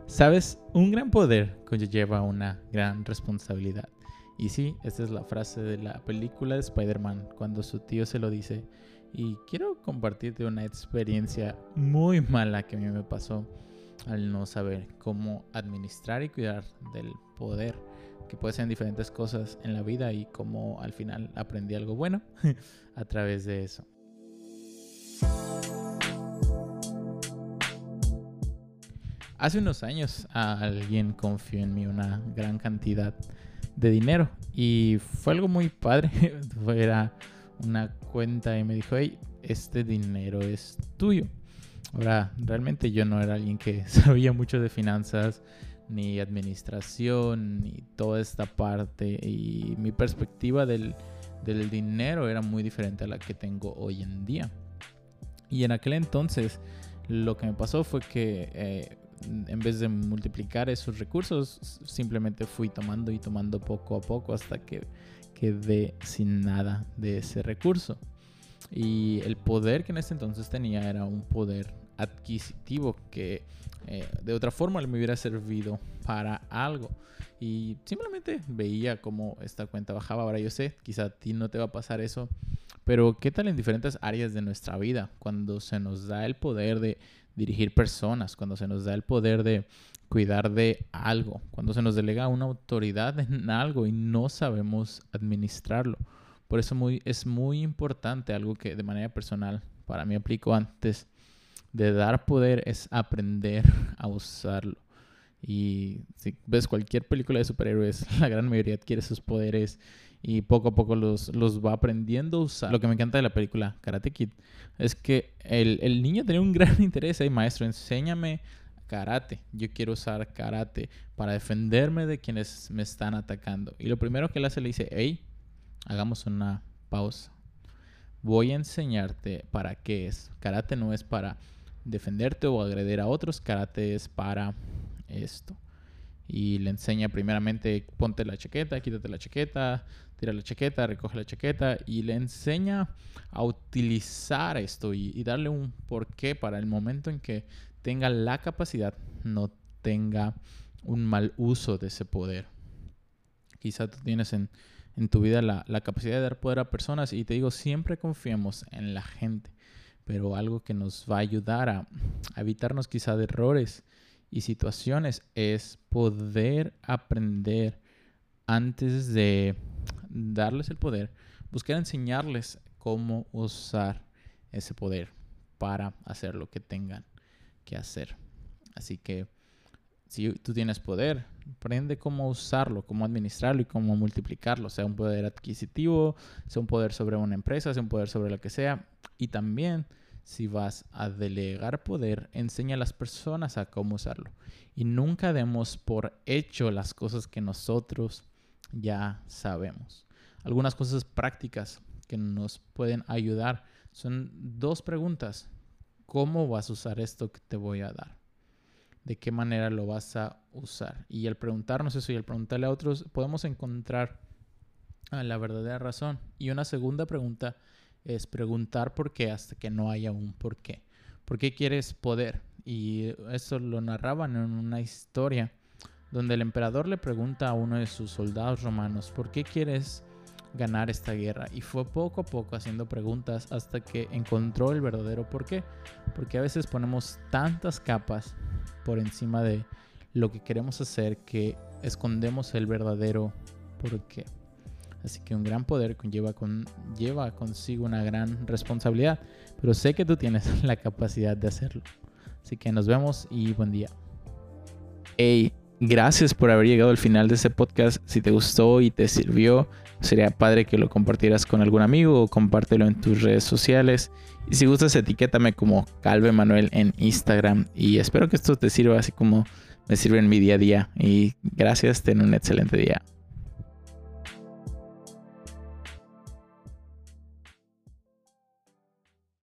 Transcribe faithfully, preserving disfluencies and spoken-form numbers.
Sabes, un gran poder conlleva una gran responsabilidad. Y sí, esta es la frase de la película de Spider-Man cuando su tío se lo dice. Y quiero compartirte una experiencia muy mala que a mí me pasó al no saber cómo administrar y cuidar del poder, que puede ser en diferentes cosas en la vida, y cómo al final aprendí algo bueno a través de eso. Hace unos años alguien confió en mí una gran cantidad de dinero y fue algo muy padre. Era una cuenta y me dijo: hey, este dinero es tuyo. Ahora, realmente yo no era alguien que sabía mucho de finanzas, ni administración, ni toda esta parte, y mi perspectiva del, del dinero era muy diferente a la que tengo hoy en día. Y en aquel entonces lo que me pasó fue que eh, en vez de multiplicar esos recursos, simplemente fui tomando y tomando poco a poco hasta que quedé sin nada de ese recurso. Y el poder que en ese entonces tenía era un poder adquisitivo que eh, de otra forma me hubiera servido para algo. Y simplemente veía cómo esta cuenta bajaba. Ahora yo sé, quizá a ti no te va a pasar eso, pero ¿qué tal en diferentes áreas de nuestra vida? Cuando se nos da el poder de dirigir personas, cuando se nos da el poder de cuidar de algo, cuando se nos delega una autoridad en algo y no sabemos administrarlo. Por eso muy, es muy importante, algo que de manera personal para mí aplico antes de dar poder, es aprender a usarlo. Y si ves cualquier película de superhéroes, la gran mayoría adquiere sus poderes y poco a poco los, los va aprendiendo a usar. Lo que me encanta de la película Karate Kid es que el, el niño tenía un gran interés. Hey, maestro, enséñame karate. Yo quiero usar karate para defenderme de quienes me están atacando. Y lo primero que él hace, le dice: hey, hagamos una pausa. Voy a enseñarte para qué es. Karate no es para defenderte o agredir a otros. Karate es para esto. Y le enseña primeramente: ponte la chaqueta, quítate la chaqueta, tira la chaqueta, recoge la chaqueta, y le enseña a utilizar esto y, y darle un porqué para el momento en que tenga la capacidad, no tenga un mal uso de ese poder. Quizá tú tienes en, en tu vida la, la capacidad de dar poder a personas, y te digo, siempre confiemos en la gente, pero algo que nos va a ayudar a, a evitarnos quizá de errores y situaciones es poder aprender antes de darles el poder, buscar enseñarles cómo usar ese poder para hacer lo que tengan que hacer. Así que si tú tienes poder, aprende cómo usarlo, cómo administrarlo y cómo multiplicarlo, sea un poder adquisitivo, sea un poder sobre una empresa, sea un poder sobre lo que sea. Y también, si vas a delegar poder, enseña a las personas a cómo usarlo. Y nunca demos por hecho las cosas que nosotros ya sabemos. Algunas cosas prácticas que nos pueden ayudar son dos preguntas. ¿Cómo vas a usar esto que te voy a dar? ¿De qué manera lo vas a usar? Y al preguntarnos eso y al preguntarle a otros, podemos encontrar la verdadera razón. Y una segunda pregunta es preguntar por qué hasta que no haya un por qué. ¿Por qué quieres poder? Y eso lo narraban en una historia donde el emperador le pregunta a uno de sus soldados romanos: ¿por qué quieres ganar esta guerra? Y fue poco a poco haciendo preguntas hasta que encontró el verdadero por qué. Porque a veces ponemos tantas capas por encima de lo que queremos hacer que escondemos el verdadero por qué. Así que un gran poder conlleva, con, lleva consigo una gran responsabilidad, pero sé que tú tienes la capacidad de hacerlo. Así que nos vemos y buen día. Hey, gracias por haber llegado al final de este podcast. Si te gustó y te sirvió, sería padre que lo compartieras con algún amigo o compártelo en tus redes sociales. Y si gustas, etiquétame como Calvo Emanuel en Instagram. Y espero que esto te sirva así como me sirve en mi día a día. Y gracias, ten un excelente día.